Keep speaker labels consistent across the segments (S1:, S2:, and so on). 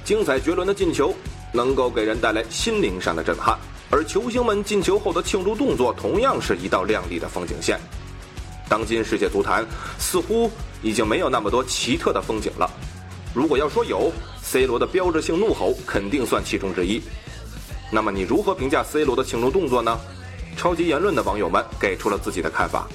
S1: 精彩绝伦的进球能够给人带来心灵上的震撼，而球星们进球后的庆祝动作同样是一道亮丽的风景线。当今世界足坛似乎已经没有那么多奇特的风景了，如果要说有， C 罗的标志性怒吼肯定算其中之一。那么你如何评价 C 罗的庆祝动作呢？超级言论的网友们给出了自己的看法。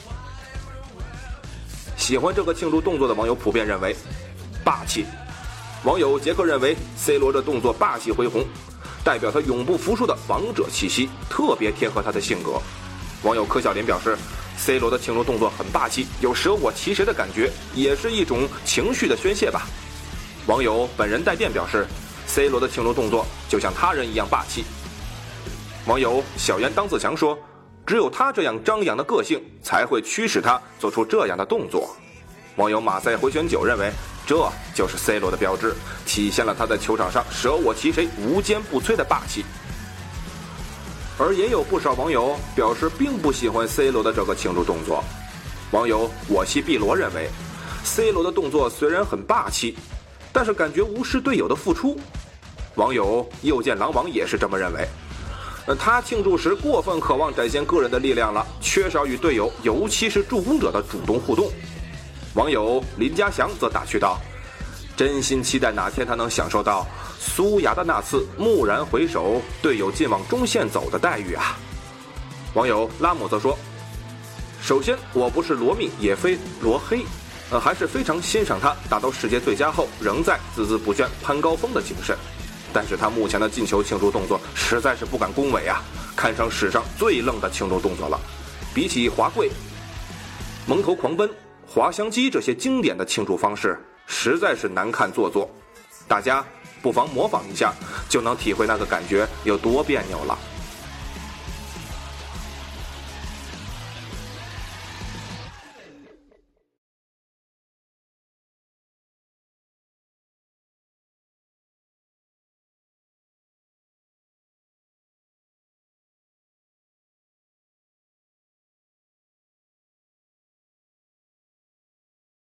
S1: 喜欢这个庆祝动作的网友普遍认为霸气。网友杰克认为 C 罗这动作霸气恢宏，代表他永不服输的王者气息，特别贴合他的性格。网友柯小林表示 C 罗的庆祝动作很霸气，有舍我其谁的感觉，也是一种情绪的宣泄吧。网友本人带电表示 C 罗的庆祝动作就像他人一样霸气。网友小严当自强说，只有他这样张扬的个性才会驱使他做出这样的动作。网友马赛回旋酒认为这就是 C 罗的标志，体现了他在球场上舍我其谁无坚不摧的霸气。而也有不少网友表示并不喜欢 C 罗的这个庆祝动作。网友我系碧罗认为 C 罗的动作虽然很霸气，但是感觉无视队友的付出。网友又见狼王也是这么认为，他庆祝时过分渴望展现个人的力量了，缺少与队友尤其是助攻者的主动互动。网友林家祥则打趣道，真心期待哪天他能享受到苏牙的那次蓦然回首队友尽往中线走的待遇啊。网友拉姆则说，首先我不是罗密也非罗黑，还是非常欣赏他打到世界最佳后仍在孜孜不倦攀高峰的精神，但是他目前的进球庆祝动作实在是不敢恭维啊，堪称史上最愣的庆祝动作了。比起滑跪、蒙头狂奔、滑翔机这些经典的庆祝方式，实在是难看做作。大家不妨模仿一下，就能体会那个感觉有多别扭了。